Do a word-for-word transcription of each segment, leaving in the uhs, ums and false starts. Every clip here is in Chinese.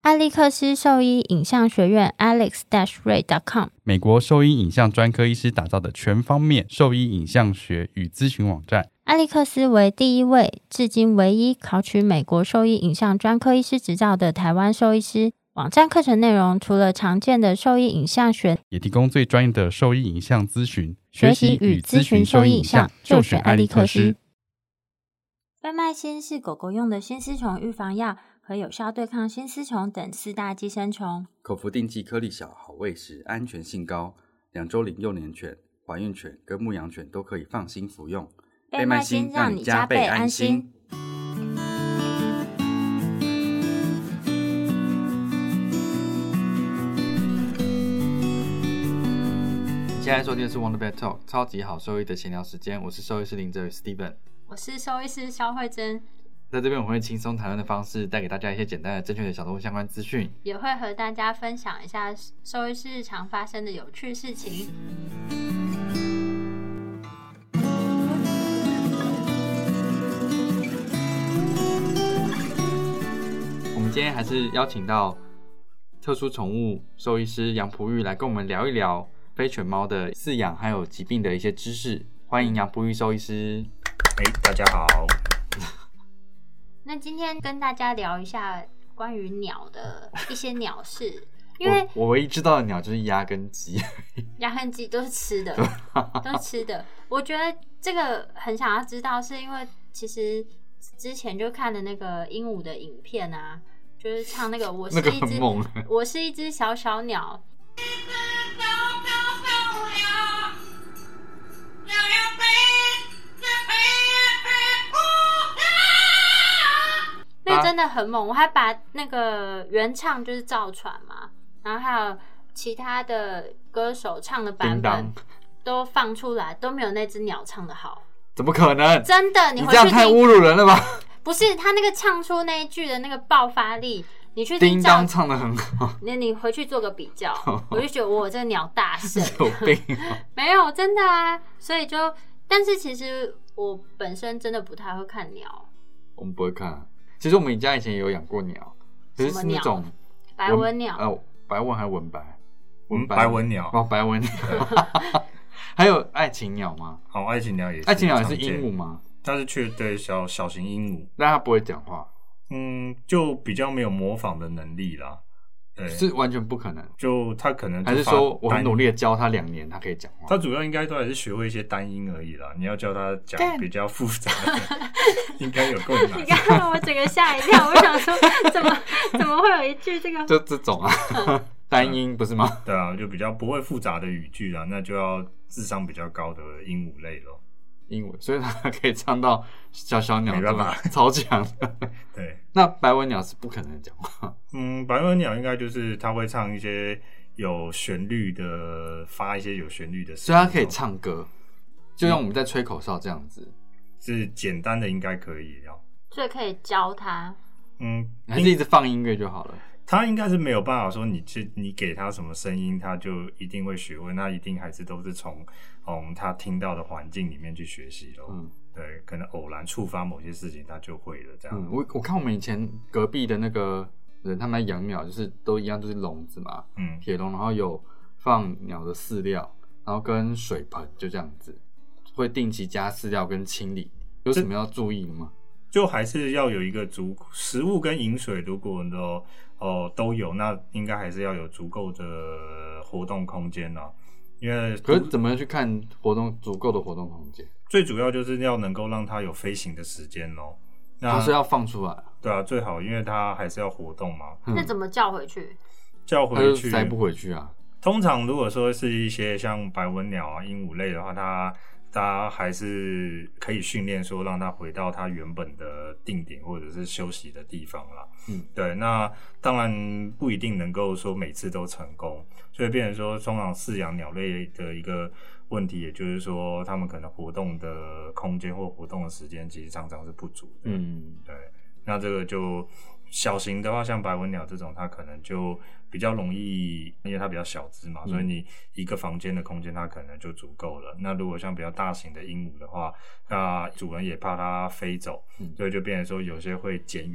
艾利克斯兽医影像学院 alex ray dot com， 美国兽医影像专科医师打造的全方面兽医影像学与咨询网站。 艾利克斯为第一位至今唯一考取美国兽医影像专科医师执照的台湾兽医师。网站课程内容除了常见的兽医影像学， 也提供最专业的兽医影像咨询。 学习与咨询兽医影像，就选艾利克斯。贝麦新是狗狗用的新丝虫预防药，可有效对抗新丝虫等四大寄生虫。 口服定剂颗粒小，好喂食，安全性高。两周龄幼年犬、怀孕犬跟牧羊犬都可以放心服用。 贝麦新让你加倍安心。 现在收听的是 Wonder Vet Talk 超级好兽医的闲聊时间，我是兽医师林哲宇 Steven， 我是兽医师肖慧珍。 在这边我会轻松谈论的方式带给大家一些简单的正确的小动物相关资讯， 也会和大家分享一下兽医师日常发生的有趣事情。 我们今天还是邀请到特殊宠物兽医师杨璞玉来跟我们聊一聊非犬猫的饲养还有疾病的一些知识。欢迎杨璞玉兽医师。 哎，大家好。 那今天跟大家聊一下关于鸟的一些鸟事，因为我, 我唯一知道的鸟就是鸭跟鸡， 鸭跟鸡都是吃的，都是吃的。我觉得这个很想要知道，是因为其实之前就看的那个鹦鹉的影片啊，就是唱那个我是一只、 那个很猛我是一只小小鸟。那真的很猛，我还把那个原唱就是赵传嘛，然后还有其他的歌手唱的版本都放出来，都没有那只鸟唱的好。 怎么可能？ 真的，你回去你这样太侮辱人了吧？ 不是，他那个唱出那一句的那个爆发力，你去叮当唱得很好， 你你回去做个比较，我就觉得我这个鸟大胜。 有病哦！ 没有，真的啊，所以就，但是其实我本身真的不太会看鸟。 我们不会看啊。其实我们家以前也有养过鸟，可是是那种白文鸟， 呃，白文还是文白？ 文白文鸟哦，白文鸟。还有爱情鸟吗？ 好，爱情鸟也是。 爱情鸟也是鹦鹉吗？ 它是确对小小型鹦鹉， 但它不会讲话。 嗯，就比较没有模仿的能力啦。对， 是完全不可能。 就它可能就还是说我很努力的教它两年，它可以讲话。 它主要应该都还是学会一些单音而已啦。你要教它讲比较复杂的，应该有够难。 你刚刚我整个吓一跳，我想说怎么怎么会有一句这个就这种啊单音不是吗？ 对啊，就比较不会复杂的语句啊，那就要智商比较高的鹦鹉类咯。 鹦鹉，所以它可以唱到小小鸟， 没办法， 超强的。 对， 那白文鸟是不可能讲话。 嗯，白文鸟应该就是它会唱一些有旋律的，发一些有旋律的声音， 所以它可以唱歌，就像我们在吹口哨这样子。 是简单的，应该可以哦。 所以可以教它。 嗯， 还是一直放音乐就好了。 他应该是没有办法说你去你给他什么声音，他就一定会学会，那一定还是都是从嗯他听到的环境里面去学习咯。嗯，对，可能偶然触发某些事情，他就会了这样。 嗯，我我看我们以前隔壁的那个人，他们养鸟就是都一样，就是笼子嘛，嗯，铁笼，然后有放鸟的饲料，然后跟水盆，就这样子，会定期加饲料跟清理。有什么要注意的吗？ 就还是要有一个足食物跟饮水，如果都哦都有，那应该还是要有足够的活动空间啦。因为可是怎么去看活动足够的活动空间？ 最主要就是要能够让它有飞行的时间咯。那它是要放出来， 对啊，最好，因为它还是要活动嘛。 嗯、那怎么叫回去？ 叫回去塞不回去啊。 通常如果说是一些像白文鸟啊、鹦鹉类的话，它它还是可以训练说让它回到它原本的定点或者是休息的地方啦。嗯，对，那当然不一定能够说每次都成功，所以变成说通常饲养鸟类的一个问题，也就是说他们可能活动的空间或活动的时间其实常常是不足的。嗯，对，那这个就小型的话，像白文鸟这种，它可能就比较容易，因为它比较小只嘛，嗯、所以你一个房间的空间它可能就足够了。那如果像比较大型的鹦鹉的话，那主人也怕它飞走，嗯、所以就变成说有些会剪羽，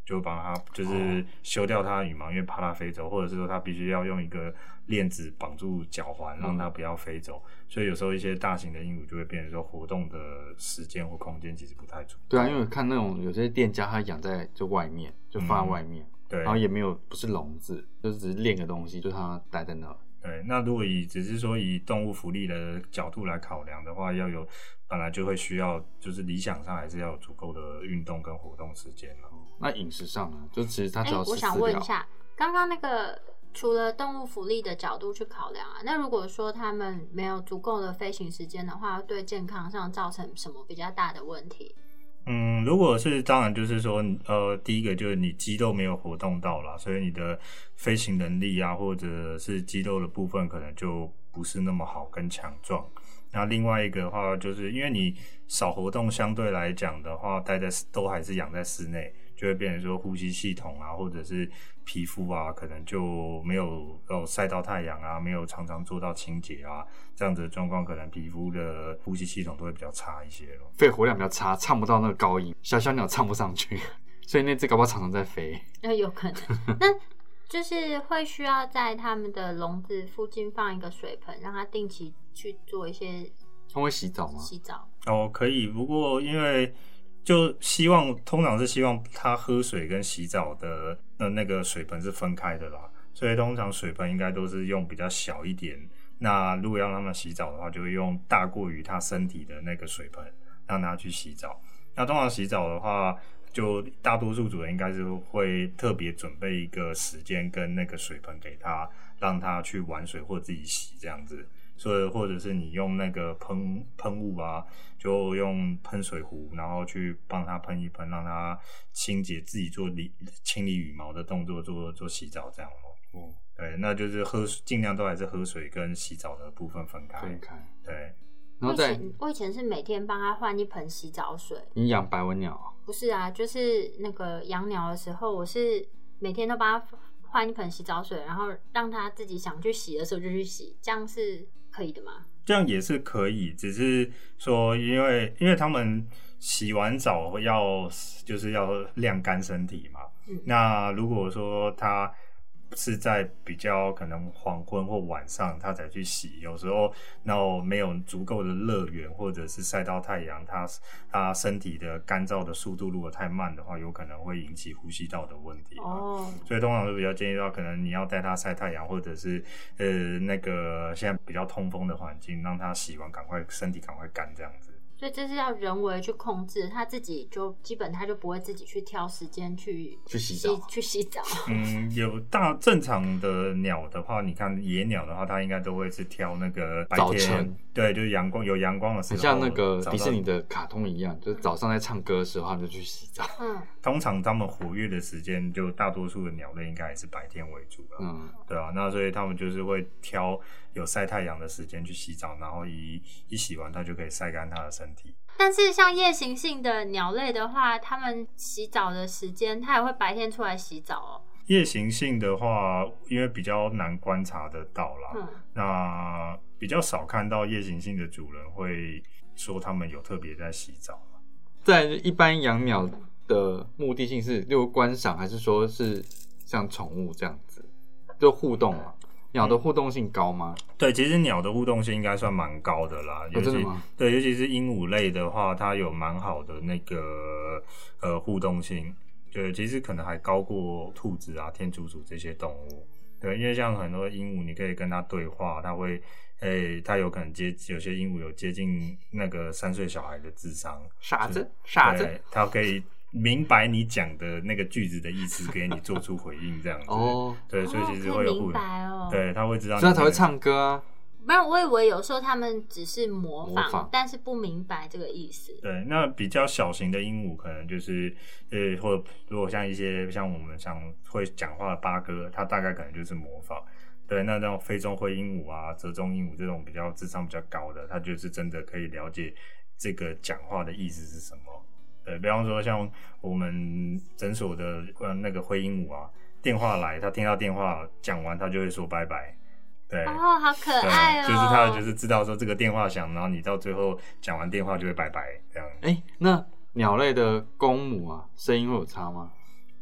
就帮它就是修掉它的羽毛，因为怕它飞走，或者是说它必须要用一个链子绑住脚环，让它不要飞走。嗯、所以有时候一些大型的鹦鹉就会变成说活动的时间或空间其实不太足。 对啊，因为看那种有些店家他养在就外面，就放在外面，嗯、 对， 然后也没有不是笼子，就是只是练个东西，就让它待在那。 对，那如果以只是说以动物福利的角度来考量的话，要有本来就会需要，就是理想上还是要有足够的运动跟活动时间了。 那饮食上呢？就其实它只要吃饲料。 我想问一下，刚刚那个除了动物福利的角度去考量啊，那如果说他们没有足够的飞行时间的话，对健康上造成什么比较大的问题？ 嗯，如果是当然就是说，呃，第一个就是你肌肉没有活动到啦，所以你的飞行能力啊，或者是肌肉的部分可能就不是那么好跟强壮。那另外一个的话，就是因为你少活动，相对来讲的话，待在都还是养在室内，就会变成说呼吸系统啊，或者是皮肤啊，可能就没有有晒到太阳啊，没有常常做到清洁啊，这样子的状况，可能皮肤的呼吸系统都会比较差一些咯。 肺活量比较差，唱不到那个高音，小小鸟唱不上去，所以那只搞不好常常在飞。 那有可能。那就是会需要在他们的笼子附近放一个水盆，让它定期去做一些。 它会洗澡吗？ 洗澡哦，可以。不过因为就希望，通常是希望它喝水跟洗澡的呃那个水盆是分开的啦，所以通常水盆应该都是用比较小一点。那如果要让它洗澡的话，就会用大过于它身体的那个水盆让它去洗澡。那通常洗澡的话，就大多数主人应该是会特别准备一个时间跟那个水盆给他，让他去玩水或自己洗这样子。所以或者是你用那个喷喷雾啊，就用喷水壶，然后去帮他喷一喷，让他清洁自己做理清理羽毛的动作，做做洗澡这样咯。嗯，对，那就是喝尽量都还是喝水跟洗澡的部分分开。 分开， 对。 然后再我以前是每天帮他换一盆洗澡水。 你养白文鸟？ 不是啊，就是那个养鸟的时候，我是每天都帮他换一盆洗澡水，然后让他自己想去洗的时候就去洗，这样是可以的吗？ 这样也是可以，只是说因为因为他们洗完澡要就是要晾干身体嘛。嗯、那如果说他是在比较可能黄昏或晚上他才去洗，有时候然后没有足够的热源或者是晒到太阳，他他身体的干燥的速度如果太慢的话，有可能会引起呼吸道的问题。哦，所以通常都比较建议到可能你要带他晒太阳，或者是呃那个现在比较通风的环境，让他洗完赶快身体赶快干这样子。 所以这是要人为去控制，他自己就基本他就不会自己去挑时间去去洗澡去洗澡。 嗯，有大正常的鸟的话，你看野鸟的话，它应该都会是挑那个白天，对，就是阳光有阳光的时候， 像那个迪士尼的卡通一样，就是早上在唱歌的时候，他们就去洗澡。 嗯， 通常他们活跃的时间，就大多数的鸟类应该还是白天为主了。嗯，对啊，那所以他们就是会挑有晒太阳的时间去洗澡，然后一一洗完，它就可以晒干它的身体。 但是像夜行性的鸟类的话，它们洗澡的时间，它也会白天出来洗澡哦。 夜行性的话，因为比较难观察得到啦，嗯、那比较少看到夜行性的主人会说他们有特别在洗澡。 在一般养鸟的目的性是，例如观赏，还是说是像宠物这样子，就互动嘛？鸟的互动性高吗？ 嗯、对，其实鸟的互动性应该算蛮高的啦。 哦，真的吗？ 对，尤其是鹦鹉类的话，它有蛮好的那个呃互动性，对，其实可能还高过兔子啊、天竺鼠这些动物。对，因为像很多鹦鹉，你可以跟它对话，它会，诶，它有可能接，有些鹦鹉有接近那个三岁小孩的智商。 傻子，傻子， 对，它可以明白你讲的那个句子的意思，给你做出回应，这样子。哦，对，所以其实会有互动。 哦， 对，他会知道你， 所以他才会唱歌啊。 没有，我以为有时候他们只是模仿，模仿但是不明白这个意思。 对，那比较小型的鹦鹉可能就是呃，或者如果像一些像我们像会讲话的八哥，它大概可能就是模仿。对，那那种非洲灰鹦鹉啊、折中鹦鹉这种比较智商比较高的，它就是真的可以了解这个讲话的意思是什么。对，比方说像我们诊所的呃那个灰鹦鹉啊，电话来，他听到电话讲完，他就会说拜拜。对， 哦，好可爱哦！ 就是他就是知道说这个电话响，然后你到最后讲完电话就会拜拜这样。 哎，那鸟类的公母啊，声音会有差吗？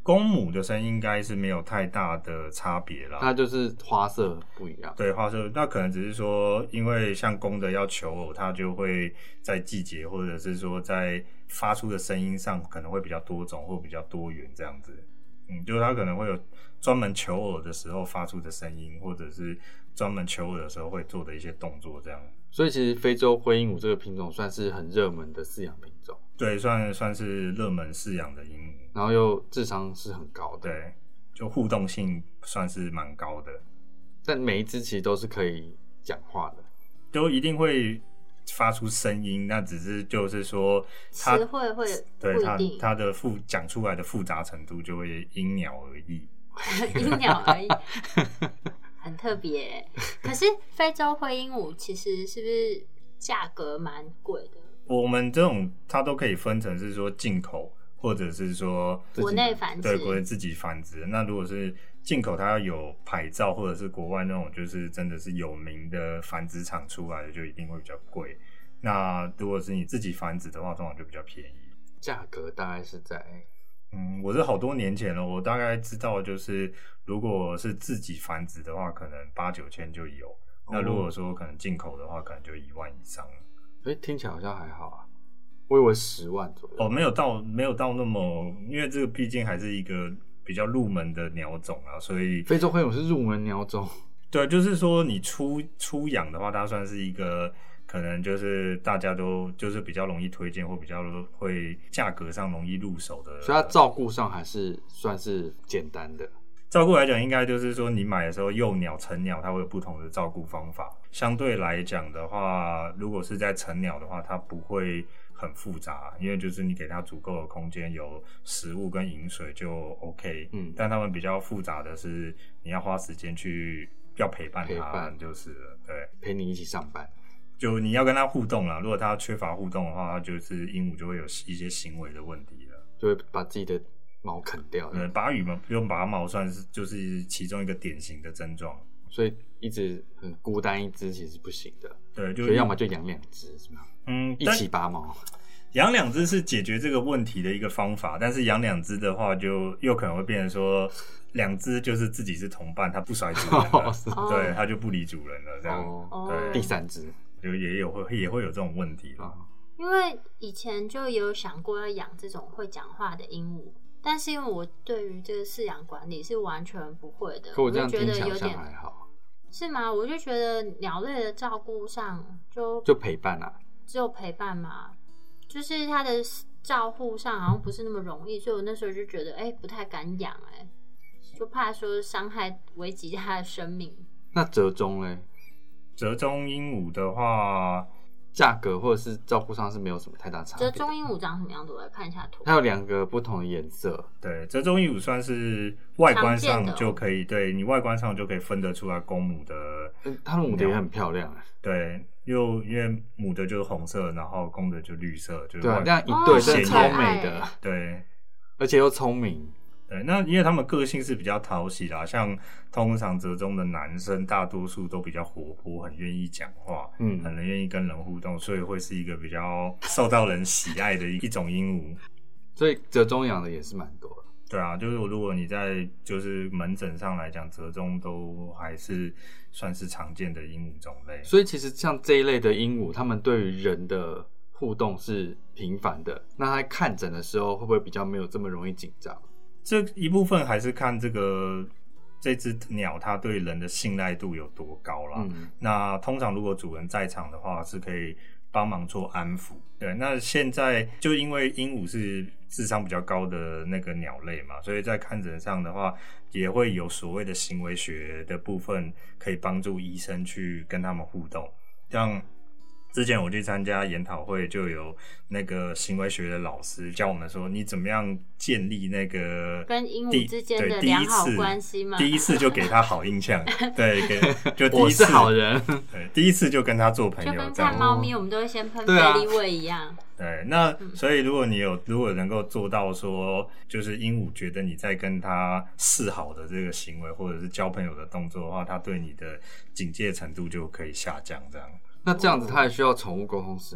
公母的声音应该是没有太大的差别啦， 它就是花色不一样。 对，花色那可能只是说，因为像公的要求偶，它就会在季节或者是说在发出的声音上可能会比较多种或比较多元这样子。嗯，就是它可能会有专门求偶的时候发出的声音，或者是专门求偶的时候会做的一些动作这样。 所以其实非洲灰鹦鹉这个品种算是很热门的饲养品种。 对，算算是热门饲养的鹦鹉， 然后又智商是很高的。 对，就互动性算是蛮高的。 但每一只其实都是可以讲话的， 都一定会发出声音，那只是就是说它词汇会对不一定， 它它的复讲出来的复杂程度就会因鸟而异， 因鸟而异，很特别。可是非洲灰鹦鹉其实是不是价格蛮贵的？ 我们这种它都可以分成是说进口，或者是说国内繁殖， 对，国内自己繁殖。那如果是进口，它要有牌照，或者是国外那种就是真的是有名的繁殖场出来的，就一定会比较贵。那如果是你自己繁殖的话，通常就比较便宜。 价格大概是在， 嗯，我是好多年前了，我大概知道就是如果是自己繁殖的话，可能八九千就有。那如果说可能进口的话，可能就一万以上。 哎、欸，听起来好像还好啊，我以为十万左右。 哦，没有到没有到那么，因为这个毕竟还是一个比较入门的鸟种啊，所以非洲灰鹦鹉是入门鸟种。 对，就是说你出出养的话，它算是一个可能就是大家都就是比较容易推荐或比较会价格上容易入手的， 所以它照顾上还是算是简单的。 照顾来讲，应该就是说你买的时候，幼鸟、成鸟它会有不同的照顾方法。相对来讲的话，如果是在成鸟的话，它不会很复杂，因为就是你给它足够的空间，有食物跟饮水就 OK。嗯，但它们比较复杂的是，你要花时间去要陪伴它，就是了对， 陪你一起上班。 就你要跟它互动啦，如果它缺乏互动的话，它就是鹦鹉就会有一些行为的问题了， 就会把自己的毛啃掉。 对，拔羽毛用拔毛算是就是其中一个典型的症状。 所以一直很孤单一只其实不行的。 对，就所以要么就养两只，是吗？ 嗯， 一起拔毛。 养两只是解决这个问题的一个方法，但是养两只的话，就又可能会变成说，两只就是自己是同伴，它不甩主人了， 哦、 对，它就不理主人了，这样。 哦、 对， 第三只就也有会也会有这种问题啊。 因为以前就有想过要养这种会讲话的鹦鹉。但是因为我对于这个饲养管理是完全不会的， 可我这样就觉得有点还好， 是吗？我就觉得鸟类的照顾上就就陪伴啊， 只有陪伴嘛，就是它的照护上好像不是那么容易，所以我那时候就觉得哎、欸、不太敢养，哎、欸，就怕说伤害危及它的生命。 那折中嘞？ 折中鹦鹉的话， 价格或者是照顾上是没有什么太大差别。 折中鹦鹉长什么样子？我来看一下图。 它有两个不同的颜色。 对，折中鹦鹉算是外观上就可以，对你外观上就可以分得出来公母的。 它的母的也很漂亮。 对，又因为母的就是红色，然后公的就绿色，就是对啊，这样一对真的超美的。 哦、 对， 而且又聪明。 对，那因为他们个性是比较讨喜啦，像通常折中的男生大多数都比较活泼，很愿意讲话，嗯，很愿意跟人互动，所以会是一个比较受到人喜爱的一种鹦鹉。 所以折中养的也是蛮多的。 对啊，就是如果你在就是门诊上来讲，折中都还是算是常见的鹦鹉种类。 所以其实像这一类的鹦鹉，他们对于人的互动是频繁的，那他在看诊的时候会不会比较没有这么容易紧张？ 这一部分还是看这个这只鸟它对人的信赖度有多高啦。嗯，那通常如果主人在场的话，是可以帮忙做安抚。对，那现在就因为鹦鹉是智商比较高的那个鸟类嘛，所以在看诊上的话，也会有所谓的行为学的部分，可以帮助医生去跟他们互动。像之前我去参加研讨会，就有那个行为学的老师教我们说，你怎么样建立那个跟鹦鹉之间的良好关系嘛？ 第一次就给他好印象，对，给就第一次我是好人， 对，第一次就跟他做朋友， 就跟看猫咪我们都会先喷菲力味一样。 对，那所以如果你有如果能够做到说，就是鹦鹉觉得你在跟他示好的这个行为，或者是交朋友的动作的话，他对你的警戒程度就可以下降，这样。 那这样子他还需要宠物沟通师吗？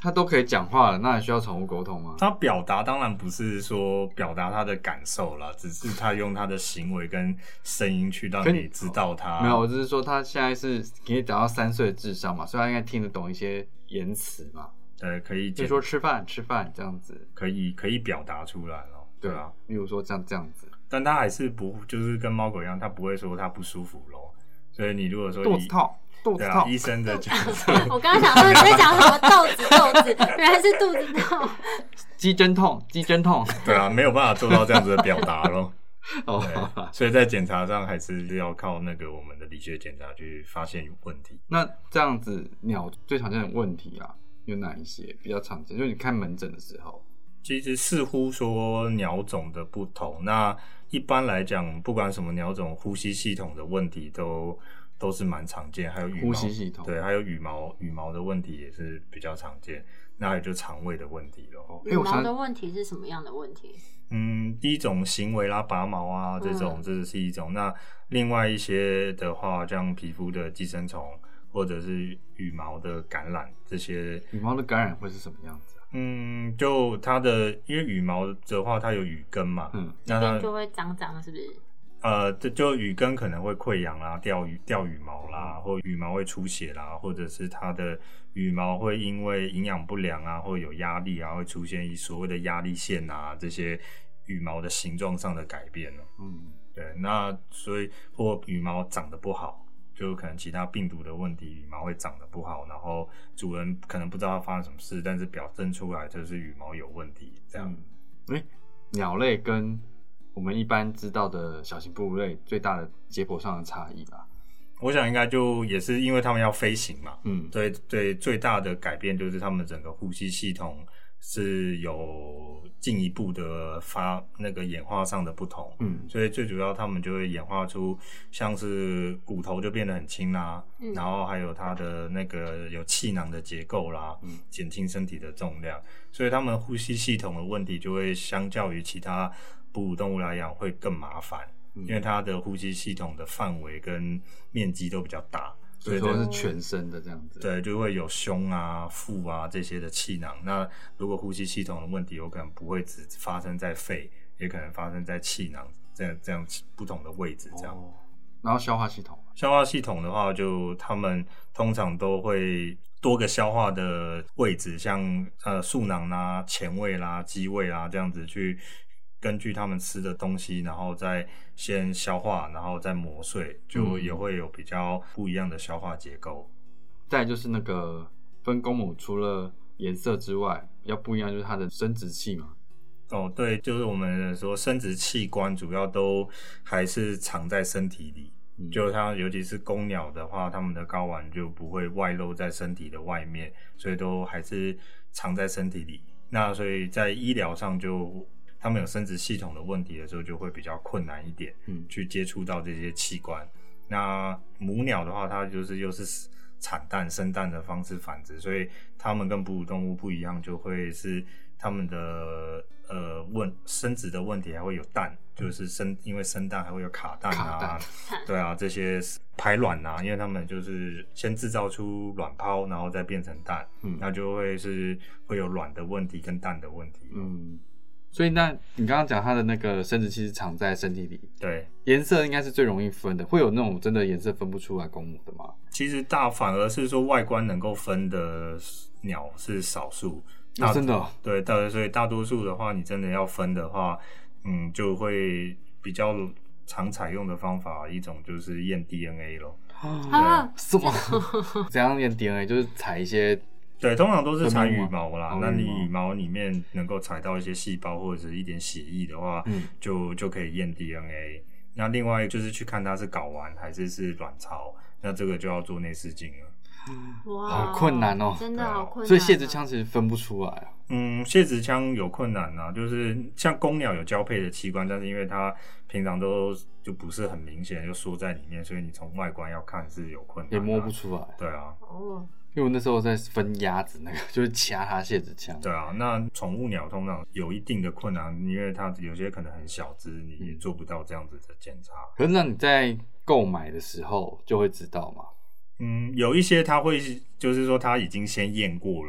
它都可以讲话了，那还需要宠物沟通吗？ 它表达当然不是说表达它的感受啦，只是它用它的行为跟声音去让你知道它。 没有，我只是说它现在是可以达到三岁的智商嘛，所以它应该听得懂一些言辞嘛。 对，可以， 就说吃饭吃饭这样子， 可以可以表达出来了。对啊， 例如说这样这样子， 但它还是不就是跟猫狗一样，它不会说它不舒服咯。所以你如果说肚子痛。肚子痛， 啊、医生的讲我刚刚想说你在讲什么豆子豆子，原来是肚子痛。 鸡胗痛，鸡胗痛。 对啊，没有办法做到这样子的表达咯。哦，所以在检查上还是要靠那个我们的理学检查去发现有问题。 那这样子鸟最常见的问题啊，有哪一些比较常见？就是你看门诊的时候， 其实似乎说鸟种的不同，那一般来讲，不管什么鸟种，呼吸系统的问题都。都是蛮常见，还有羽毛呼吸系统， 对，还有羽毛羽毛的问题也是比较常见。那还有就肠胃的问题咯。 羽毛的问题是什么样的问题？ 嗯，第一种行为啦，拔毛啊这种，嗯、这是一种。那另外一些的话，像皮肤的寄生虫或者是羽毛的感染这些。 羽毛的感染会是什么样子啊？ 嗯，就它的，因为羽毛的话，它有羽根嘛， 嗯，那它就会脏脏，是不是？ 呃，就羽根可能会溃疡啦，掉羽掉羽毛啦，或羽毛会出血啦，或者是它的羽毛会因为营养不良啊，或有压力啊，会出现所谓的压力线啊，这些羽毛的形状上的改变了。嗯，对，那所以或羽毛长得不好，就可能其他病毒的问题，羽毛会长得不好，然后主人可能不知道发生什么事，但是表征出来就是羽毛有问题，这样。 嗯，欸，鸟类跟我们一般知道的小型哺乳类最大的解剖上的差异吧， 我想应该就也是因为他们要飞行嘛， 嗯， 对对，最大的改变就是他们整个呼吸系统是有进一步的发那个演化上的不同， 嗯， 所以最主要他们就会演化出像是骨头就变得很轻啦，嗯，然后还有它的那个有气囊的结构啦，嗯，减轻身体的重量，所以他们呼吸系统的问题就会相较于其他哺乳动物来讲会更麻烦，嗯，因为它的呼吸系统的范围跟面积都比较大， 所以说是全身的这样子。 对，就会有胸啊、腹啊这些的气囊。那如果呼吸系统的问题，有可能不会只发生在肺，也可能发生在气囊这样这样不同的位置这样。 哦，然后消化系统， 消化系统的话，就他们通常都会多个消化的位置，像呃嗉囊啦、前胃啦、肌胃啦这样子去。根据他们吃的东西，然后再先消化，然后再磨碎，就也会有比较不一样的消化结构。 嗯，再来就是那个分公母，除了颜色之外，比较不一样就是它的生殖器嘛。 哦，对，就是我们说生殖器官主要都还是藏在身体里，嗯，就它尤其是公鸟的话，它们的睾丸就不会外露在身体的外面，所以都还是藏在身体里。那所以在医疗上就。他们有生殖系统的问题的时候，就会比较困难一点，嗯，去接触到这些器官。那母鸟的话，它就是又是产蛋、生蛋的方式繁殖，所以它们跟哺乳动物不一样，就会是它们的呃问生殖的问题还会有蛋，就是生因为生蛋还会有卡蛋啊， 卡蛋对啊，这些排卵啊，因为它们就是先制造出卵泡，然后再变成蛋，嗯，那就会是会有卵的问题跟蛋的问题， 嗯。所以那你刚刚讲它的那个生殖器是藏在身体里， 对， 颜色应该是最容易分的，会有那种真的颜色分不出来公母的吗？ 其实大反而是说外观能够分的鸟是少数， 啊，真的，哦， 对，大所以大多数的话，你真的要分的话，嗯，就会比较常采用的方法一种就是验 D N A 咯。 啊，什么？怎样验 D N A？ 就是采一些。 对，通常都是采羽毛啦。那你羽毛里面能够采到一些细胞或者是一点血液的话，嗯，就就可以验 D N A。那另外就是去看它是睾丸还是是卵巢，那这个就要做内视镜了。 哇， 好困难哦， 真的好困难，啊。 所以泄殖腔其实分不出来啊。 嗯，泄殖腔有困难啊，就是像公鸟有交配的器官，但是因为它平常都就不是很明显，就缩在里面，所以你从外观要看是有困难，啊， 也摸不出来。 对啊。 哦。 因为我那时候在分鸭子，那个就是掐它泄殖腔。 对啊，那宠物鸟通常有一定的困难，因为它有些可能很小只，你也做不到这样子的检查。 可是那你在购买的时候就会知道吗？ 嗯，有一些它会就是说它已经先验过了，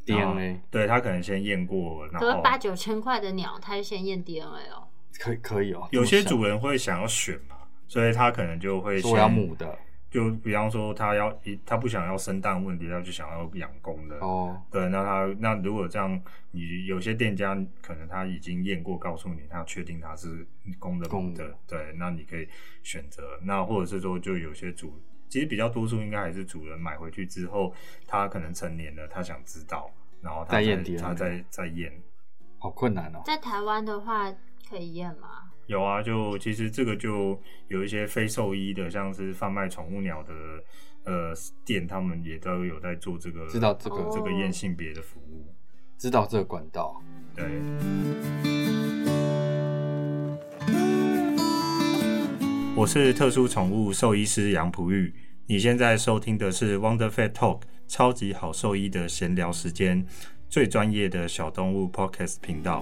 D N A， 对，他可能先验过，然后可是八九千块的鸟，他就先验 D N A 哦。 可以可以哦， 有些主人会想要选嘛，所以他可能就会先说要母的， 就比方说他要他不想要生蛋问题，他就想要养公的哦。对，那他那如果这样，你有些店家可能他已经验过，告诉你他确定他是公的母的，对，那你可以选择。那或者是说，就有些主其实比较多数应该还是主人买回去之后，他可能成年了，他想知道，然后他再验，他再再验， 好困难哦。 在台湾的话可以验吗？ 有啊，就其实这个就有一些非兽医的，像是贩卖宠物鸟的呃店，他们也都有在做这个， 知道这个这个验性别的服务， 知道这个管道。 对。我是特殊宠物兽医师杨璞玉，你现在收听的是 Wonder Vet Talk 超级好兽医的闲聊时间，最专业的小动物 Podcast 频道。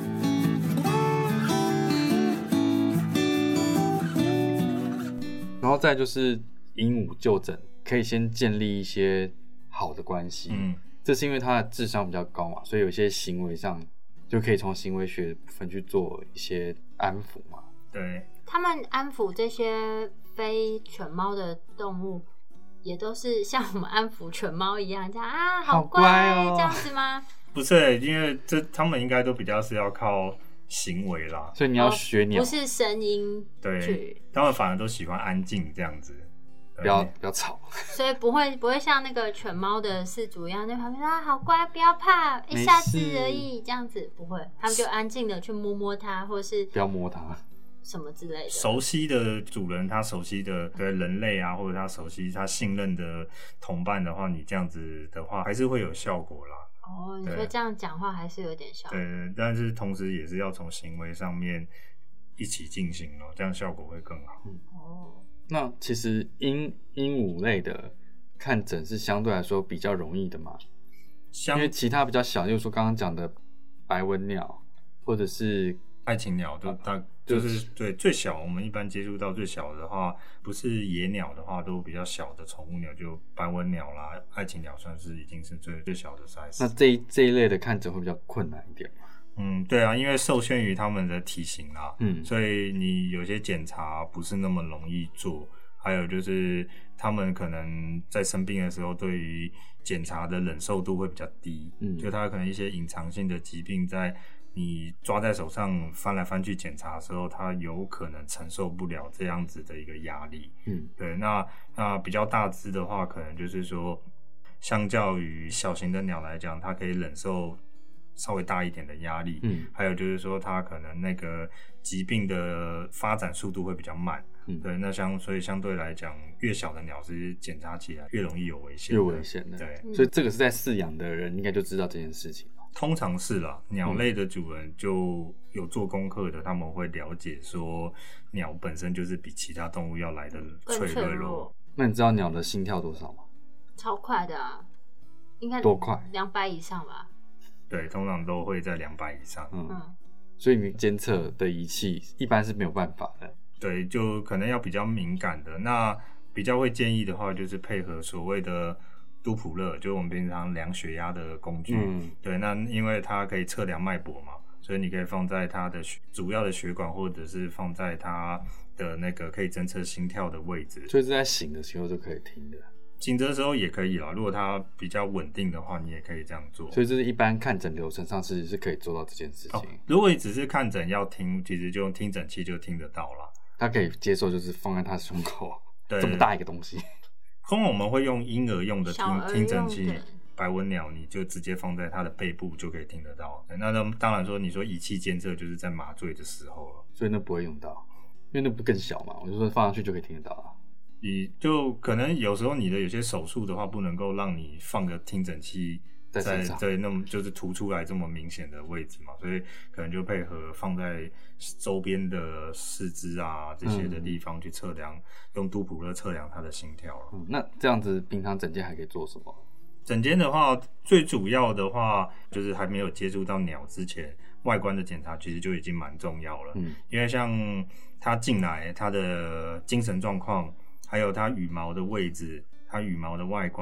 然后再就是鹦鹉就诊，可以先建立一些好的关系。嗯，这是因为它的智商比较高嘛，所以有些行为上就可以从行为学部分去做一些安抚嘛。 对， 他们安抚这些非犬猫的动物，也都是像我们安抚犬猫一样，这样啊，好乖， 好乖哦， 这样子吗？ 不是，因为这他们应该都比较是要靠行为啦， 所以你要学鸟， 哦、不是声音。 对，他们反而都喜欢安静这样子， 不要不要吵。 所以不会不会像那个犬猫的饲主一样在旁边说啊，好乖，不要怕，一下子而已，这样子不会，他们就安静的去摸摸它，或是不要摸它。 什么之类的， 熟悉的主人，他熟悉的对人类啊，或者他熟悉他信任的同伴的话，你这样子的话还是会有效果啦。 哦，你说这样讲话还是有点效果。 对，但是同时也是要从行为上面一起进行咯，这样效果会更好。 嗯、哦，那其实鹦鹦鹉类的看诊是相对来说比较容易的嘛，因为其他比较小，例如说刚刚讲的白文鸟或者是爱情鸟都大、啊、就是对最小，我们一般接触到最小的话，不是野鸟的话，都比较小的宠物鸟，就白文鸟啦、爱情鸟算是已经是最最小的 size。 那这一这一类的看诊会比较困难一点吗？ 嗯，对啊，因为受限于他们的体型啦，嗯，所以你有些检查不是那么容易做。还有就是他们可能在生病的时候，对于检查的忍受度会比较低，嗯，就他可能一些隐藏性的疾病在你抓在手上翻来翻去检查的时候，他有可能承受不了这样子的一个压力。嗯，对。那那比较大只的话，可能就是说，相较于小型的鸟来讲，它可以忍受稍微大一点的压力。嗯，还有就是说，它可能那个疾病的发展速度会比较慢。嗯，对。那相所以相对来讲，越小的鸟是检查起来越容易有危险， 越危险的。对，所以这个是在饲养的人应该就知道这件事情。 通常是啦，鸟类的主人就有做功课的，他们会了解说鸟本身就是比其他动物要来的脆弱。 那你知道鸟的心跳多少吗？ 超快的啊，应该多快？ 两百以上吧。 对，通常都会在两百以上。 嗯，嗯所以你监测的仪器一般是没有办法的。 对，就可能要比较敏感的。那比较会建议的话，就是配合所谓的都普勒，就是我们平常量血压的工具。嗯，对，那因为它可以测量脉搏嘛，所以你可以放在它的主要的血管，或者是放在它的那个可以侦测心跳的位置。 所以是在醒的时候就可以听的。 醒着的时候也可以啦，如果它比较稳定的话，你也可以这样做。 所以这是一般看诊流程上是是可以做到这件事情。哦， 如果你只是看诊要听，其实就用听诊器就听得到啦。 他可以接受，就是放在他胸口，对，这么大一个东西。 通常我们会用婴儿用的听听诊器，白文鸟你就直接放在它的背部就可以听得到。那当然说，你说仪器监测就是在麻醉的时候了， 所以那不会用到，因为那不更小嘛。我就说放上去就可以听得到了。 你就可能有时候你的有些手术的话，不能够让你放个听诊器在在那么就是突出来这么明显的位置嘛，所以可能就配合放在周边的四肢啊这些的地方去测量，嗯、用都普勒测量它的心跳了。 嗯，那这样子平常诊间还可以做什么？ 诊间的话，最主要的话就是还没有接触到鸟之前，外观的检查其实就已经蛮重要了。嗯，因为像它进来，它的精神状况，还有它羽毛的位置，它羽毛的外观。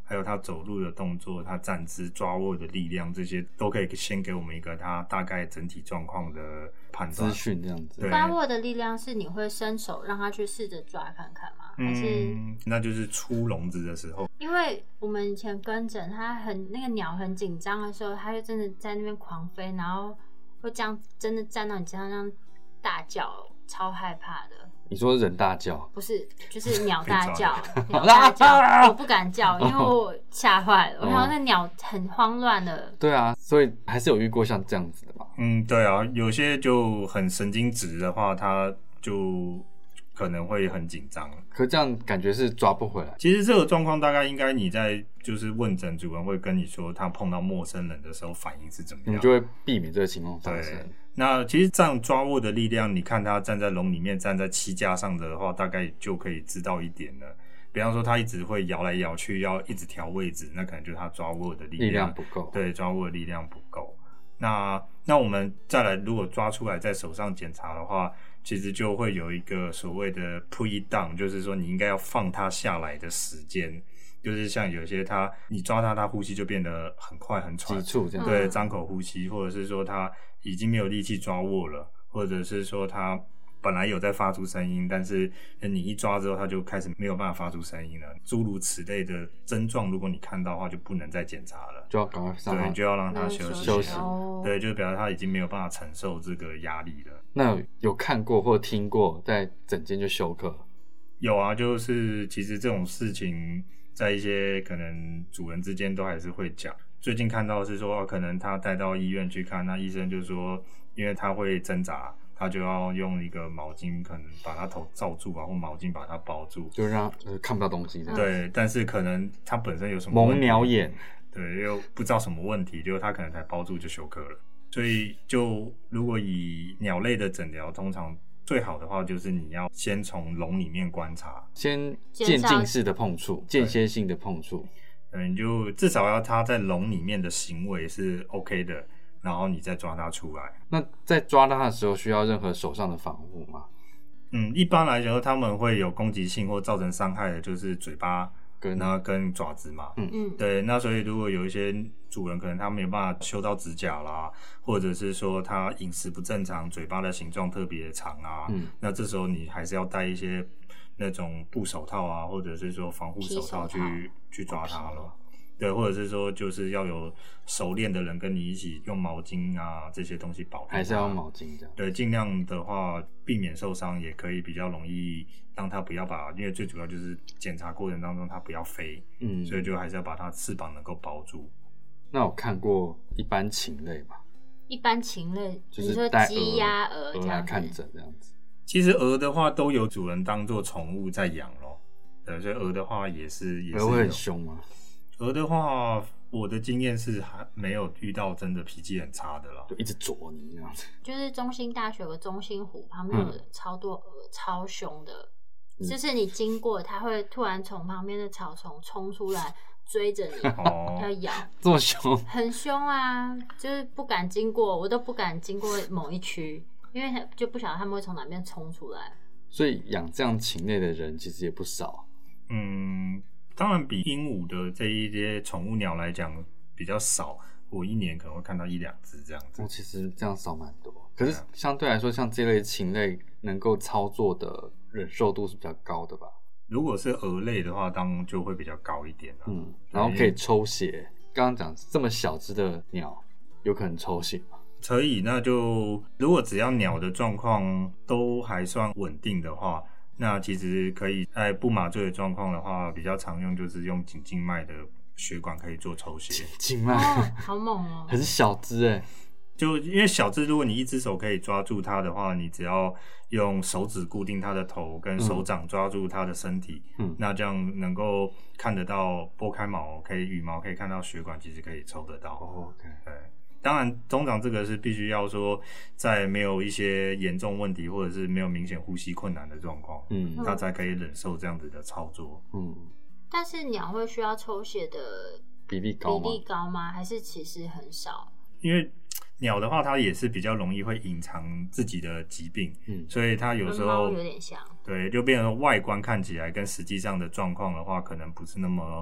还有它走路的动作，它站姿抓握的力量，这些都可以先给我们一个它大概整体状况的判断资讯，这样子。 抓握的力量是你会伸手让它去试着抓看看吗？还是、 嗯、那就是出笼子的时候。 因为我们以前跟诊，它很那个鸟很紧张的时候，它就真的在那边狂飞，然后会这样真的站到你身上这样大叫，超害怕的。 你说人大叫？ 不是，就是鸟大叫，鸟大叫，我不敢叫，因为我吓坏了。我想那鸟很慌乱的。 对啊，所以还是有遇过像这样子的嘛。 嗯，对啊，有些就很神经质的话，它就可能会很紧张。 可这样感觉是抓不回来。 其实这个状况大概应该你在就是问诊主人会跟你说，他碰到陌生人的时候反应是怎么样， 你就会避免这个情况发生。 那其实这样抓握的力量，你看他站在笼里面，站在栖架上的话，大概就可以知道一点了。比方说，他一直会摇来摇去，要一直调位置，那可能就是他抓握的力量力量不够。 对，抓握的力量不够。那那我们再来，如果抓出来在手上检查的话，其实就会有一个所谓的 put it down， 就是说你应该要放它下来的时间。就是像有些他，你抓他，他呼吸就变得很快很喘， 急促这样。 对，张口呼吸，或者是说他已经没有力气抓握了，或者是说他本来有在发出声音，但是你一抓之后，他就开始没有办法发出声音了。诸如此类的症状，如果你看到的话，就不能再检查了， 就要赶快上。 对，就要让他休息休息。 对，就表示他已经没有办法承受这个压力了。 那有看过或听过在诊间就休克？ 有啊，就是其实这种事情，在一些可能主人之间都还是会讲。最近看到的是说，可能他带到医院去看，那医生就说，因为他会挣扎，他就要用一个毛巾，可能把他头罩住啊，或毛巾把他包住， 就让就是看不到东西。 对，但是可能他本身有什么蒙鸟眼， 对，又不知道什么问题，结果他可能才包住就休克了。所以，就如果以鸟类的诊疗，通常最好的话就是你要先从笼里面观察， 先渐进式的碰触，间歇性的碰触， 对，你就至少要它在笼里面的行为是 OK 的，然后你再抓它出来。 那在抓它的时候需要任何手上的防护吗？ 嗯，一般来讲，他们会有攻击性或造成伤害的，就是嘴巴跟然后跟爪子嘛。嗯嗯，对，那所以如果有一些主人可能他没有办法修到指甲啦，或者是说他饮食不正常，嘴巴的形状特别长啊，嗯，那这时候你还是要戴一些那种布手套啊，或者是说防护手套去去抓它了。对，或者是说就是要有熟练的人跟你一起用毛巾啊这些东西保护它， 还是要用毛巾这样。 对，尽量的话避免受伤，也可以比较容易让它不要把，因为最主要就是检查过程当中它不要飞，嗯，所以就还是要把它翅膀能够包住。 那我看过一般禽类嘛？ 一般禽类就是你说鸡鸭鹅鹅来看诊这样子。 其实鹅的话都有主人当做宠物在养咯，对，所以鹅的话也是也是。 鹅会很凶吗？ 鹅的话，我的经验是还没有遇到真的脾气很差的啦， 就一直啄你这样子。 就是中兴大学有个中兴湖，旁边有超多鹅，嗯、超凶的。嗯、就是你经过，它会突然从旁边的草丛冲出来追着你，要咬， 这么凶， 很凶啊！就是不敢经过，我都不敢经过某一区，因为就不晓得他们会从哪边冲出来。 所以养这样禽类的人其实也不少。 嗯。当然比鹦鹉的这一些宠物鸟来讲比较少，我一年可能会看到一两只这样子。 哦，其实这样少蛮多。可是相对来说，像这类禽类能够操作的忍受度是比较高的吧？ 如果是鹅类的话，当然就会比较高一点了。 嗯，然后可以抽血。刚刚讲这么小只的鸟，有可能抽血吗？ 可以，那就如果只要鸟的状况都还算稳定的话。那其实可以在不麻醉的状况的话，比较常用就是用颈静脉的血管可以做抽血。 静脉、 哦，好猛哦！ 很小只哎， 就因为小只，如果你一只手可以抓住它的话，你只要用手指固定它的头，跟手掌抓住它的身体，嗯，那这样能够看得到拨开毛，可以羽毛可以看到血管，其实可以抽得到。 哦 OK， 对。当然，通常这个是必须要说，在没有一些严重问题，或者是没有明显呼吸困难的状况，嗯，它才可以忍受这样子的操作，嗯。 但是鸟会需要抽血的比例高吗？ 比例高吗？还是其实很少？ 因为鸟的话，它也是比较容易会隐藏自己的疾病，嗯，所以它有时候有点像， 对，就变成外观看起来跟实际上的状况的话，可能不是那么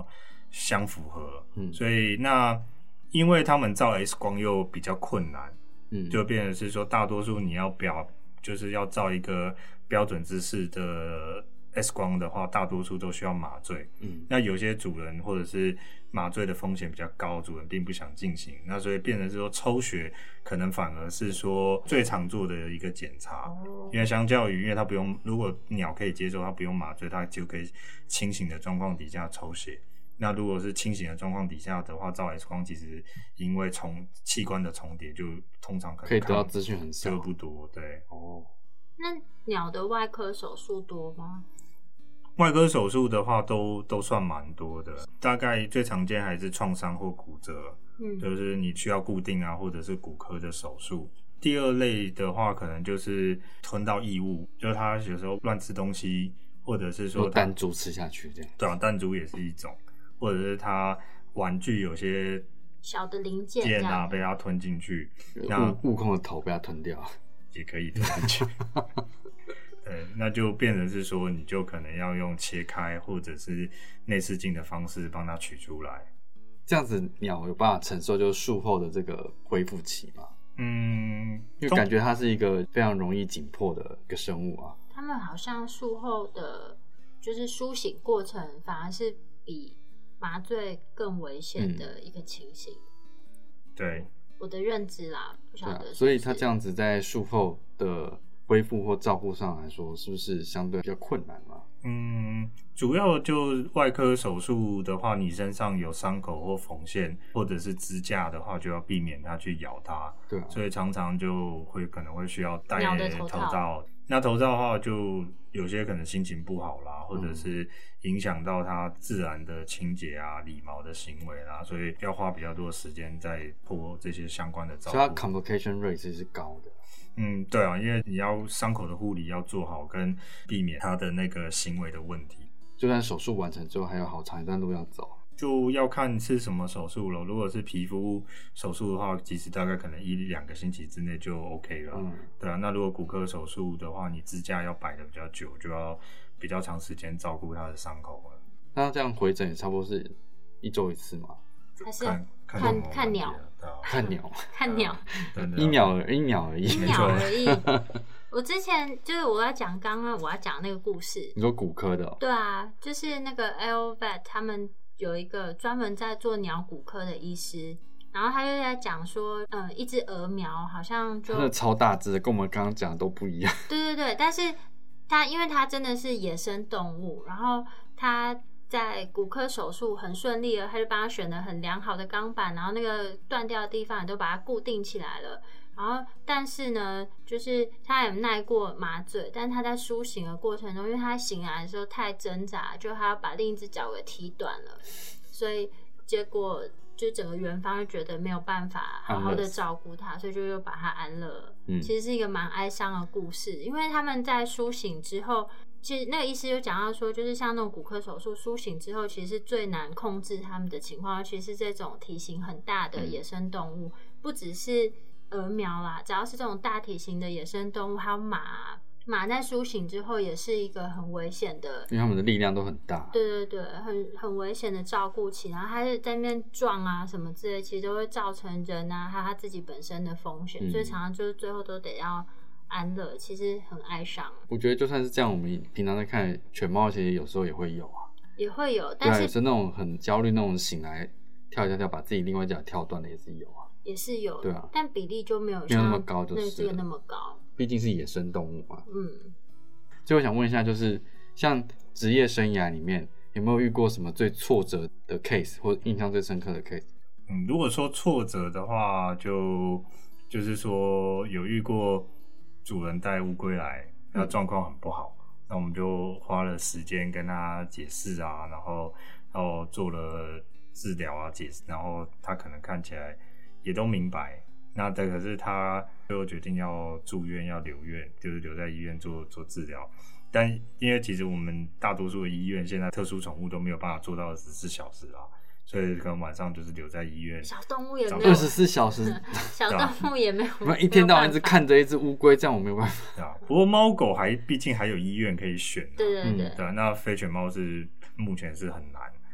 相符合，嗯，所以那因为他们照 X 光又比较困难，嗯，就变成是说大多数你要表就是要照一个标准姿势的 X 光的话，大多数都需要麻醉，嗯，那有些主人或者是麻醉的风险比较高，主人并不想进行，那所以变成是说抽血可能反而是说最常做的一个检查，哦，因为相较于因为它不用，如果鸟可以接受它不用麻醉，它就可以清醒的状况底下抽血。那如果是清醒的状况底下的话，照 X 光其实因为重器官的重叠，就通常可能可以得到资讯很少， 就不多。对哦。 那鸟的外科手术多吗？ 外科手术的话都，都都算蛮多的。大概最常见还是创伤或骨折，嗯，就是你需要固定啊，或者是骨科的手术。第二类的话，可能就是吞到异物，就是他有时候乱吃东西，或者是说弹珠吃下去这样。 对啊，弹珠也是一种。或者是他玩具有些小的零件件啊被他吞进去，那悟空的头被他吞掉也可以吞进去。对，那就变成是说你就可能要用切开或者是内视镜的方式帮它取出来。 这样子鸟有办法承受就是术后的这个恢复期吗？ 嗯， 因为感觉它是一个非常容易紧迫的一个生物啊。 他们好像术后的就是苏醒过程反而是比麻醉更危险的一个情形， 嗯，对， 我的认知啦，不晓得是不是， 啊。所以他这样子在术后的恢复或照顾上来说，是不是相对比较困难嘛？ 嗯，主要就外科手术的话，你身上有伤口或缝线，或者是支架的话，就要避免它去咬它。 对，啊， 所以常常就会可能会需要戴头罩。 罩那头罩的话，就有些可能心情不好啦，或者是影响到它自然的清洁啊、理毛的行为啦，所以要花比较多时间在做这些相关的照顾。 所以它 complication rate 是高的。 嗯，对啊，因为你要伤口的护理要做好，跟避免它的那个行为的问题。 就算手术完成之后，还有好长一段路要走。 就要看是什么手术了。如果是皮肤手术的话，其实大概可能一两个星期之内就 OK 了。嗯，对啊。那如果骨科手术的话，你支架要摆的比较久，就要比较长时间照顾它的伤口了。 那这样回诊也差不多是一周一次吗？ 还是看看看鸟？ 看鸟？ 看鸟？ 一鸟而一鸟而已， 一鸟而已。我之前就是我要讲刚刚我要讲那个故事。 你说骨科的？哦？ 对啊，就是那个 L Vet 他们有一个专门在做鸟骨科的医师，然后他就在讲说，嗯，一只鹅苗好像就真的超大只的，跟我们刚刚讲的都不一样。 对对对，但是它因为它真的是野生动物，然后它在骨科手术很顺利了，他就帮他选了很良好的钢板，然后那个断掉的地方也都把它固定起来了。然后，但是呢，就是他也耐过麻醉，但是他在苏醒的过程中，因为他醒来的时候太挣扎，就他把另一只脚给踢断了，所以结果就整个园方就觉得没有办法好好的照顾他，所以就又把他安乐了。嗯，其实是一个蛮哀伤的故事，因为他们在苏醒之后，其实那个医师就讲到说，就是像那种骨科手术苏醒之后，其实是最难控制他们的情况，尤其是这种体型很大的野生动物，不只是鹅苗啦，只要是这种大体型的野生动物，还有马，马在苏醒之后也是一个很危险的， 因为他们的力量都很大。 对对对，很很危险的照顾起，然后它是在那边撞啊什么之类，其实都会造成人啊还有他自己本身的风险，嗯，所以常常就是最后都得要安乐，其实很哀伤。 我觉得就算是这样，我们平常在看犬猫，其实有时候也会有啊， 也会有，但是对，是那种很焦虑，那种醒来跳一跳跳，把自己另外一脚跳断的也是有啊。 也是有， 对啊， 但比例就没有没有那么高，就是那这个那么高， 毕竟是野生动物嘛。 嗯， 所以我想问一下，就是像职业生涯里面有没有遇过什么最挫折的 case 或印象最深刻的 case？ 嗯，如果说挫折的话，就就是说有遇过主人带乌龟来，那状况很不好，嗯，那我们就花了时间跟他解释啊，然后然后做了治疗啊解释，然后他可能看起来也都明白，那但可是他最后决定要住院要留院，就是留在医院做做治疗。但因为其实我们大多数的医院现在特殊宠物都没有办法做到二十四小时啦，所以可能晚上就是留在医院。 小动物也没有二十四小时， 小动物也没有， 我们一天到晚一直看着一只乌龟，这样我没有办法。 对啊，不过猫狗还毕竟还有医院可以选， 对对对， 对啊，那非犬猫是目前是很难。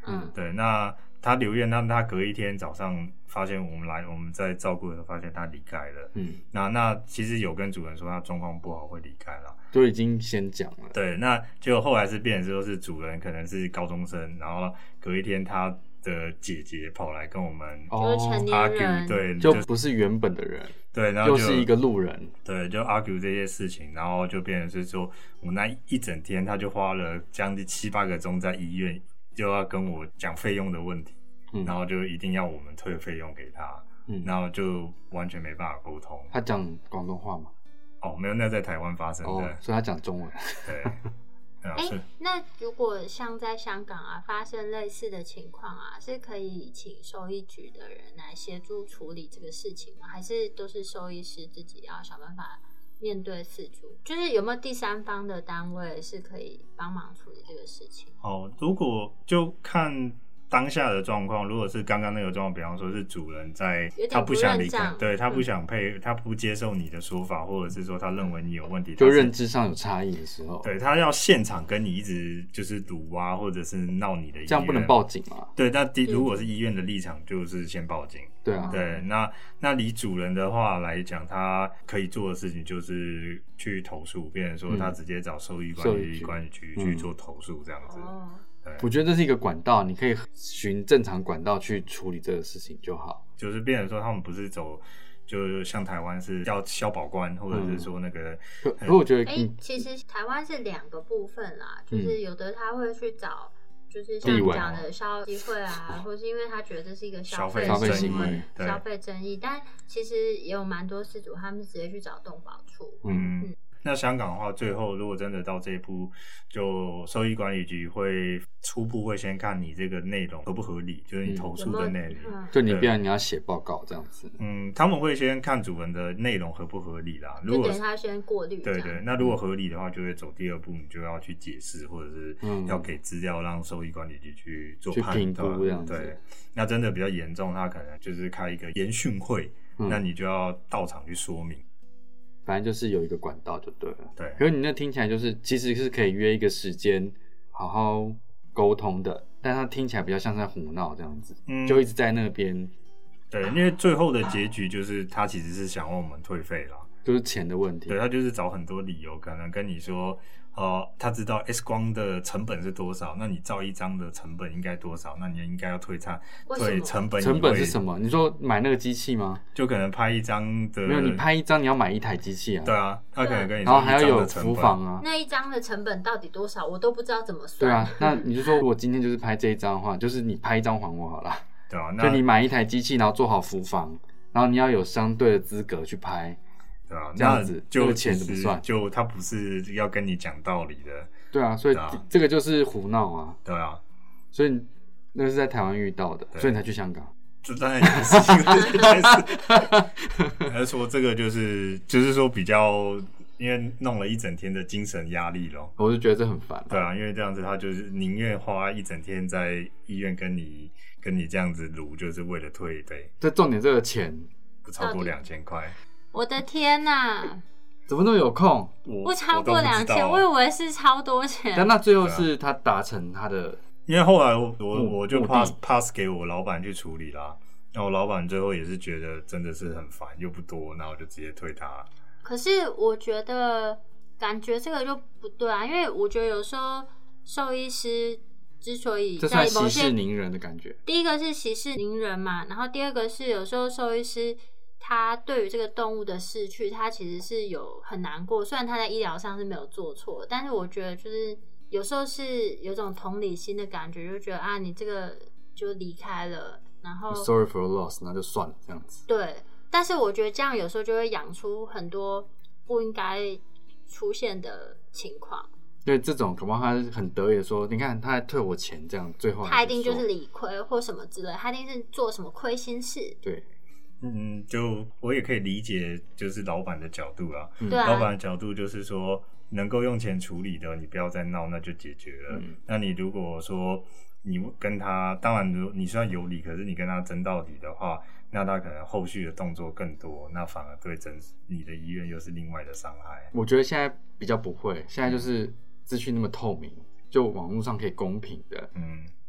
嗯， 对，那他留院，那他隔一天早上发现我们来，我们在照顾的时候发现他离开了。嗯，那那其实有跟主人说他状况不好会离开了， 就已经先讲了。 对，那结果后来是变成说是主人可能是高中生，然后隔一天他的姐姐跑来跟我们就是成年人， argue， 对， 就不是原本的人， 对，然后又是一个路人， 对，就 argue 这些事情，然后就变成是说我们那一整天他就花了将近七八个钟在医院。就要跟我讲费用的问题、嗯，然后就一定要我们退费用给他，嗯，然后就完全没办法沟通。 他讲广东话吗？ 哦，没有，那在台湾发生的，哦、 所以他讲中文。 对。 哎、欸，那如果像在香港啊发生类似的情况啊，是可以请兽医局的人来协助处理这个事情吗？还是都是兽医师自己要想办法面对饲主？就是有没有第三方的单位是可以帮忙处理这个事情？ 哦，如果就看当下的状况，如果是刚刚那个状况，比方说是主人在他不想离开，对他不想配、嗯，他不接受你的说法，或者是说他认为你有问题， 就认知上有差异的时候， 对他要现场跟你一直就是堵啊，或者是闹你的医院， 这样不能报警吗？ 对，那如果是医院的立场，就是先报警。 对啊， 对，那那以主人的话来讲，他可以做的事情就是去投诉，变成说他直接找兽医管理管理局去做投诉，这样子。 哦， 我觉得这是一个管道，你可以循正常管道去处理这个事情就好。 就是变成说，他们不是走，就像台湾是要消保官，或者是说那个。 可、嗯、我觉得， 哎、欸，其实台湾是两个部分啦，就是有的他会去找，就是像你讲的消基会啊，或是因为他觉得这是一个消费行为、 消费争议，但其实也有蛮多饲主他们直接去找动保处。嗯。嗯， 那香港的话，最后如果真的到这一步，就兽医管理局会初步会先看你这个内容合不合理，就是你投诉的内容、 嗯， 就你必然你要写报告这样子。 嗯，他们会先看主人的内容合不合理啦。如果就等他先过滤。 对对，那如果合理的话，就会走第二步，你就要去解释，或者是要给资料让兽医管理局去做判断。 去评估这样子。 对，那真的比较严重，他可能就是开一个研训会、嗯，那你就要到场去说明。 反正就是有一个管道就对了。 对。 可是你那听起来就是其实是可以约一个时间好好沟通的，但它听起来比较像在胡闹这样子、嗯，就一直在那边。 对，因为最后的结局就是他其实是想让我们退费啦， 就是钱的问题。 对，他就是找很多理由，可能跟你说，呃，他知道 X 光的成本是多少，那你照一张的成本应该多少，那你应该要退差退成本。 成本是什么？你说买那个机器吗？ 就可能拍一张的， 没有，你拍一张你要买一台机器啊。 对啊，他可能跟你说， 然后还要有服防啊。 那一张的成本到底多少？我都不知道怎么算。 对啊，那你就说我今天就是拍这一张的话，就是你拍一张还我好了。 对啊，那就你买一台机器，然后做好服防，然后你要有相对的资格去拍。 对啊， 这样子就这个钱怎么算？ 就他不是要跟你讲道理的。 对啊，所以这个就是胡闹啊。 对啊， 所以那是在台湾遇到的，所以你才去香港。 就当然也是，还是还是说这个就是就是说比较，因为弄了一整天的精神压力咯。 我就觉得这很烦、啊。 对啊，因为这样子他就是宁愿花一整天在医院跟你跟你这样子撸，就是为了退费。 这重点，这个钱不超过两千块。 我的天哪、啊！ 怎么那么有空？ 我不超过两千，我以为是超多钱。 但那最后是他达成他的， 因为后来我我我就 pass pass 给我老板去处理啦。然后我老板最后也是觉得真的是很烦，又不多，然后我就直接退他。 可是我觉得感觉这个就不对啊，因为我觉得有时候兽医师之所以在某些， 这是息事宁人的感觉。 第一个是息事宁人嘛，然后第二个是有时候兽医师。他对于这个动物的逝去，他其实是有很难过。虽然他在医疗上是没有做错，但是我觉得就是有时候是有种同理心的感觉，就觉得啊，你这个就离開了，然後 sorry for the loss， 那就算了這樣子。 對，但是我覺得這樣有時候就會養出很多不應該出現的情況。 對，這種恐怕他很得意的說，你看他還退我錢，這樣最後他一定就是理虧或什麼之類，他一定是做什麼虧心事。 對， 嗯，就我也可以理解，就是老闆的角度啦。 嗯、 老闆的角度就是說，能夠用錢處理的，你不要再鬧，那就解決了。嗯、那你如果說你跟他，當然如你雖然有理，可是你跟他爭到底的話，那他可能後續的動作更多，那反而對整你的醫院又是另外的傷害。 我覺得現在比較不會，現在就是資訊那麼透明，就網絡上可以公平的，嗯，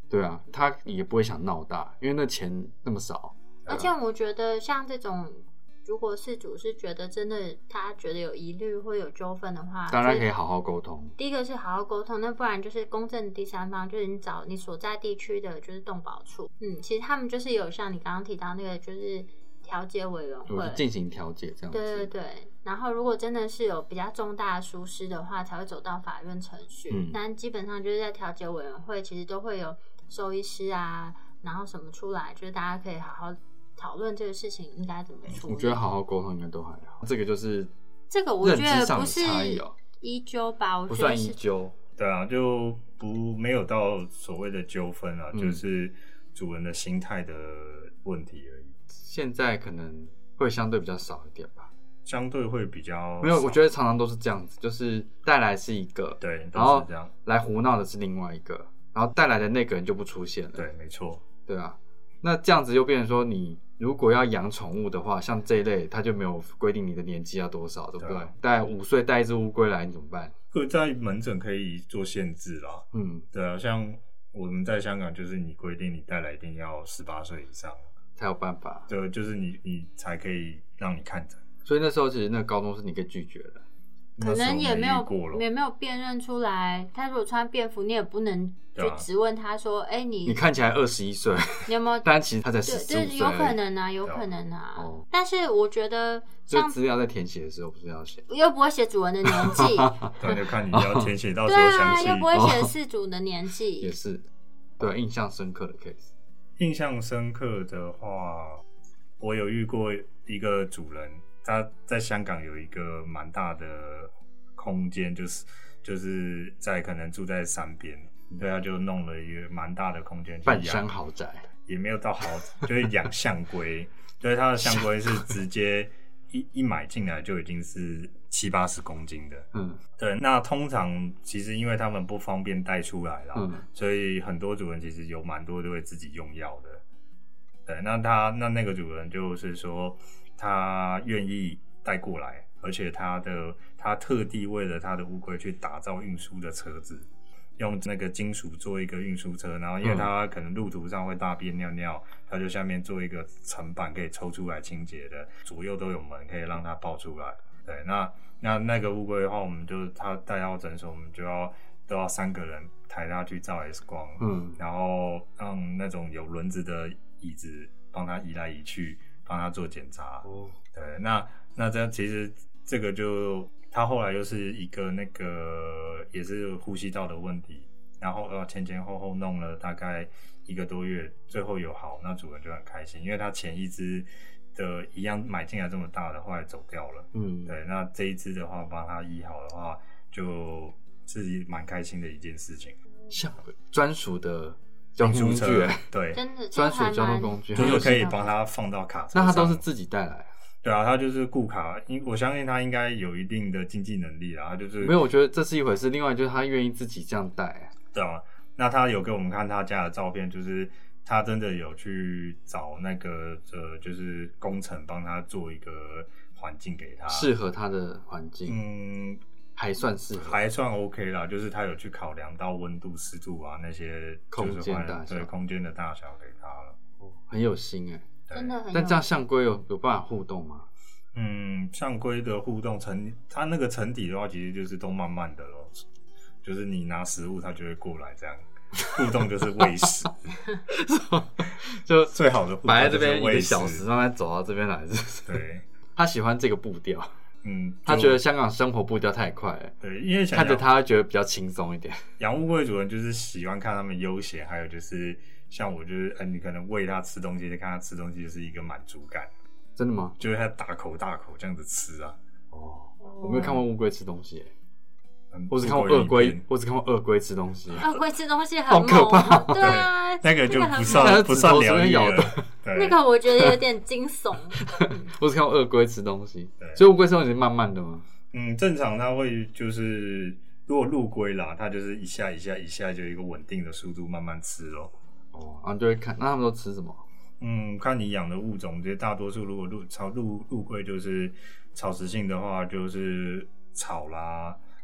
对啊，他也不会想闹大，因为那钱那么少。 而且我觉得像这种，如果事主是觉得真的他觉得有疑虑或有纠纷的话， 当然可以好好沟通。 第一个是好好沟通，那不然就是公正的第三方，就是你找你所在地区的就是动保处，嗯，其实他们就是有像你刚刚提到那个就是调解委员会进行调解这样子。 对对对，然后如果真的是有比较重大的疏失的话，才会走到法院程序。嗯，但基本上就是在调解委员会，其实都会有兽医师啊，然后什么出来，就是大家可以好好讨论这个事情应该怎么处理。 我觉得好好沟通应该都还好。这个就是这个我觉得不是哦依纠吧，我觉得不算依纠。 对啊，就不没有到所谓的纠纷啊、嗯，就是主人的心态的问题而已。 现在可能会相对比较少一点吧。 相对会比较没有，我觉得常常都是这样子，就是带来是一个， 对， 然后这样来胡闹的是另外一个，然后带来的那个人就不出现了。 对，没错。 对啊，那这样子又变成说，你如果要养宠物的话，像这一类，他就没有规定你的年纪要多少，对不对？带五岁带一只乌龟来，你怎么办？ 可在门诊可以做限制啦。嗯，对啊，像我们在香港，就是你规定你带来一定要十八岁以上才有办法。 对，就是你你才可以让你看诊。 所以那时候其实那个高中是你可以拒绝的， 可能也没有也没有辨认出来。他如果穿便服，你也不能就质问他说：“哎、欸，你你看起来二十一岁， 你有没有？” 但其实他才十五岁， 对，有可能啊，有可能啊。哦、但是我觉得， 像资料在填写的时候不是要写， 又不会写主人的年纪， 对，就看你要填写到时候详细。 对啊，又不会写饲主的年纪， 也是对印象深刻的 case。 印象深刻的话，我有遇过一个主人。他在香港有一个蛮大的空间，就是就是在可能住在山边，对，他就弄了一个蛮大的空间， 半山豪宅， 也没有到豪宅，就是养象龟，对，他的象龟是直接一一买进来就已经是七八十公斤的，嗯，对，那通常其实因为他们不方便带出来啦，嗯，所以很多主人其实有蛮多都会自己用药的，对，那他那那个主人就是说。他愿意带过来，而且他的他特地为了他的乌龟去打造运输的车子，用那个金属做一个运输车，然后因为他可能路途上会大便尿尿，他就下面做一个层板可以抽出来清洁的，左右都有门可以让它抱出来。对，那那那个乌龟的话，我们就他带到诊所，我们就要都要三个人抬他去照 X 光，嗯，然后让那种有轮子的椅子帮他移来移去。帮他做检查，哦，对，那那这其实这个就他后来又是一个那个也是呼吸道的问题，然后呃前前后后弄了大概一个多月，最后有好，那主人就很开心，因为他前一只的一样买进来这么大的，后来走掉了，嗯，对，那这一只的话帮他医好的话，就是蛮开心的一件事情， 像专属的。交通工具， 对， 真的专属交通工具， 就是可以帮他放到卡车上。那他都是自己带来？ 对啊，他就是雇卡，因我相信他应该有一定的经济能力啦。他就是没有，我觉得这是一回事。另外就是他愿意自己这样带。 对啊，那他有给我们看他家的照片，就是他真的有去找那个呃，就是工程帮他做一个环境给他， 适合他的环境。嗯。还算是还算 OK 啦，就是他有去考量到温度、湿度啊那些空间大小， 对空间的大小给他了， 很有心哎、 欸，真的很有心。 但这样象龟有有办法互动吗？ 嗯，象龟的互动层，它那个层底的话，其实就是都慢慢的咯，就是你拿食物，它就会过来这样互动，就是喂食， 就最好的互动摆在这边一个小时，慢慢走到这边来， 对， 他喜欢这个步调。 嗯， 他觉得香港生活步调太快了， 对，因为看着他觉得比较轻松一点。 养乌龟主人就是喜欢看他们悠闲，还有就是像我就是，哎、欸，你可能喂他吃东西，看他吃东西就是一个满足感。 真的吗？ 就是他大口大口这样子吃啊。 哦，我没有看过乌龟吃东西、欸。我只看过鳄龟，我只看过鳄龟吃东西。 鳄龟吃东西很好可怕， 对啊， 那个就不算不算疗愈了。 那个我觉得有点惊悚。 我只看过鳄龟吃东西，所以乌龟吃东西慢慢的吗？ 嗯，正常它会就是如果陆龟啦，它就是一下一下一下就有一个稳定的速度慢慢吃咯。 哦，然后就会看，那他们都吃什么？ 嗯，看你养的物种，这大多数如果陆草陆陆龟就是草食性的话，就是草啦。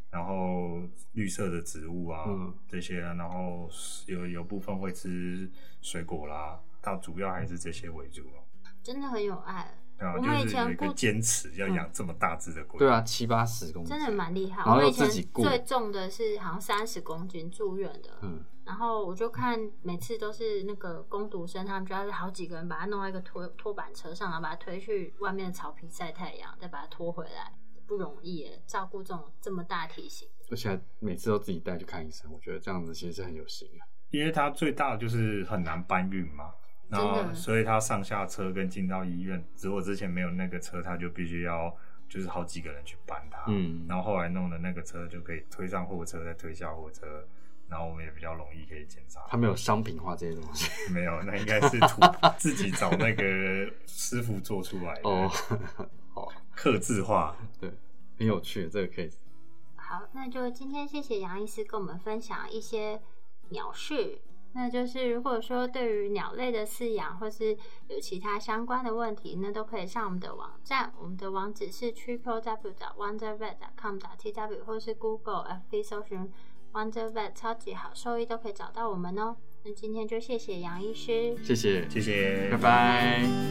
然后绿色的植物啊、嗯、这些，然后有有部分会吃水果啦，它主要还是这些为主。 真的很有爱。 啊、我们以前有一个坚持要养这么大只的龟、嗯， 对啊，七八十公斤， 真的蛮厉害。 然后我以前自己顾最重的是好像三十公斤住院的，嗯，然后我就看每次都是那个工读生，他们就要是好几个人把它弄到一个拖拖板车上，然后把它推去外面的草皮晒太阳，再把它拖回来，不容易耶，照顾这种这么大体型， 而且每次都自己带去看医生，我觉得这样子其实是很有心啊。 因为它最大的就是很难搬运嘛。然后，所以他上下车跟进到医院，如果之前没有那个车，他就必须要就是好几个人去搬它。嗯，然后后来弄的那个车就可以推上货车，再推下货车，然后我们也比较容易可以检查。 他没有商品化这些东西， 没有，那应该是土自己找那个师傅做出来的。哦，好，客制化， 对，很有趣这个 case。 好，那就今天谢谢杨医师跟我们分享一些鸟事。那就是如果说对于鸟类的饲养或是有其他相关的问题，那都可以上我们的网站，我们的网址是 triple w 点 wonder vet 点 com 点 t w 或是 Google F B 搜寻 Wonder Vet 超级好兽医都可以找到我们哦。那今天就谢谢杨医师， 谢谢， 谢谢， 拜拜。